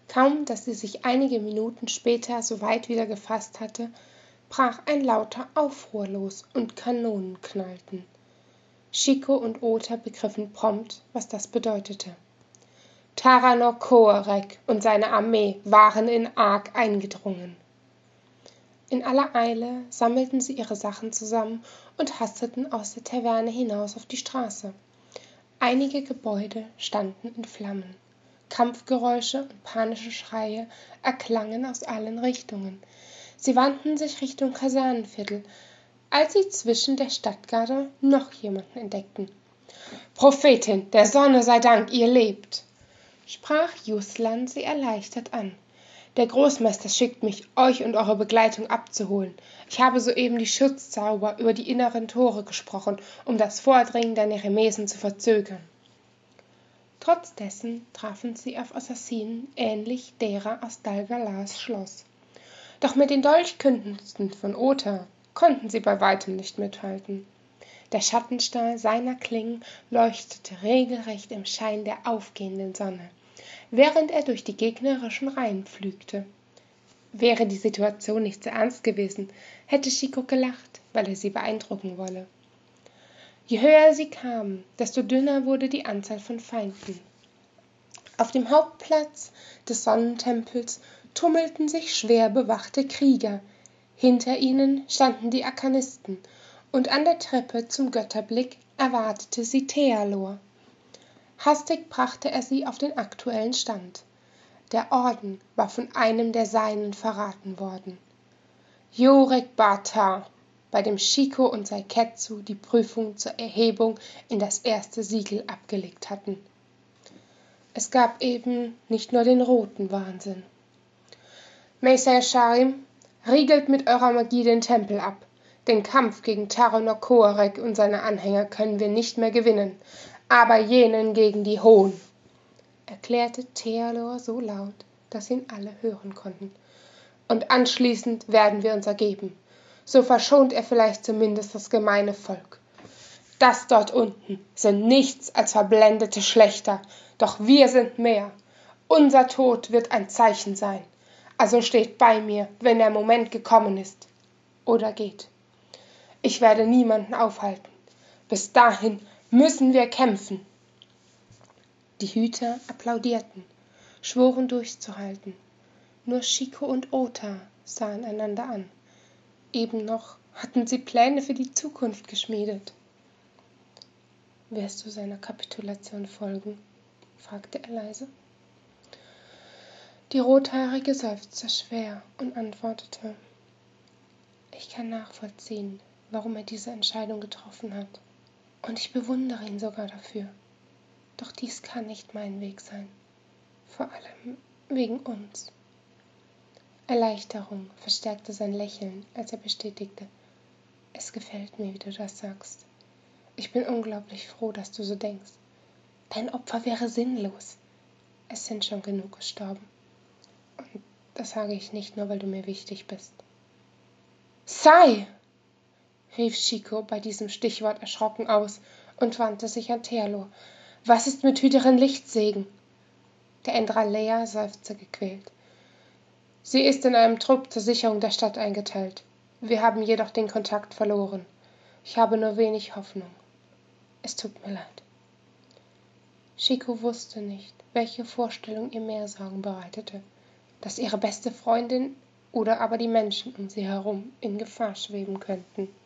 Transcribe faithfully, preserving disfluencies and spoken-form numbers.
Kaum, dass sie sich einige Minuten später so weit wieder gefasst hatte, brach ein lauter Aufruhr los und Kanonen knallten. Chico und Ota begriffen prompt, was das bedeutete. Taranorkoerek und seine Armee waren in Ark eingedrungen. In aller Eile sammelten sie ihre Sachen zusammen und hasteten aus der Taverne hinaus auf die Straße. Einige Gebäude standen in Flammen. Kampfgeräusche und panische Schreie erklangen aus allen Richtungen. Sie wandten sich Richtung Kasernenviertel, als sie zwischen der Stadtgarde noch jemanden entdeckten. »Prophetin, der Sonne sei Dank, ihr lebt«, sprach Juslan sie erleichtert an. »Der Großmeister schickt mich, euch und eure Begleitung abzuholen. Ich habe soeben die Schutzzauber über die inneren Tore gesprochen, um das Vordringen der Neremesen zu verzögern.« Trotz dessen trafen sie auf Assassinen ähnlich derer aus Dal-Galars Schloss. Doch mit den Dolchkünsten von Ota konnten sie bei weitem nicht mithalten. Der Schattenstahl seiner Klingen leuchtete regelrecht im Schein der aufgehenden Sonne, während er durch die gegnerischen Reihen pflügte. Wäre die Situation nicht so ernst gewesen, hätte Chico gelacht, weil er sie beeindrucken wolle. Je höher sie kamen, desto dünner wurde die Anzahl von Feinden. Auf dem Hauptplatz des Sonnentempels tummelten sich schwer bewachte Krieger. Hinter ihnen standen die Arkanisten, und an der Treppe zum Götterblick erwartete sie Thealor. Hastig brachte er sie auf den aktuellen Stand. Der Orden war von einem der Seinen verraten worden. Jorek Bata, bei dem Chico und Saiketsu die Prüfung zur Erhebung in das erste Siegel abgelegt hatten. Es gab eben nicht nur den roten Wahnsinn. Meister Sharim, riegelt mit eurer Magie den Tempel ab. Den Kampf gegen Taranorkoerek und seine Anhänger können wir nicht mehr gewinnen, aber jenen gegen die Hohen, erklärte Thealor so laut, dass ihn alle hören konnten. Und anschließend werden wir uns ergeben. So verschont er vielleicht zumindest das gemeine Volk. Das dort unten sind nichts als verblendete Schlächter, doch wir sind mehr. Unser Tod wird ein Zeichen sein. Also steht bei mir, wenn der Moment gekommen ist. Oder geht. Ich werde niemanden aufhalten. Bis dahin müssen wir kämpfen. Die Hüter applaudierten, schworen durchzuhalten. Nur Chico und Ota sahen einander an. Eben noch hatten sie Pläne für die Zukunft geschmiedet. »Wirst du seiner Kapitulation folgen?« fragte er leise. Die Rothaarige seufzte schwer und antwortete: »Ich kann nachvollziehen, warum er diese Entscheidung getroffen hat. Und ich bewundere ihn sogar dafür. Doch dies kann nicht mein Weg sein. Vor allem wegen uns.« Erleichterung verstärkte sein Lächeln, als er bestätigte: »Es gefällt mir, wie du das sagst. Ich bin unglaublich froh, dass du so denkst. Dein Opfer wäre sinnlos. Es sind schon genug gestorben. Und das sage ich nicht nur, weil du mir wichtig bist.« »Sai!« rief Chico bei diesem Stichwort erschrocken aus und wandte sich an Thealor. »Was ist mit Hüterin Lichtsegen?« Der Endralea seufzte gequält. »Sie ist in einem Trupp zur Sicherung der Stadt eingeteilt. Wir haben jedoch den Kontakt verloren. Ich habe nur wenig Hoffnung. Es tut mir leid.« Chico wusste nicht, welche Vorstellung ihr mehr Sorgen bereitete, dass ihre beste Freundin oder aber die Menschen um sie herum in Gefahr schweben könnten.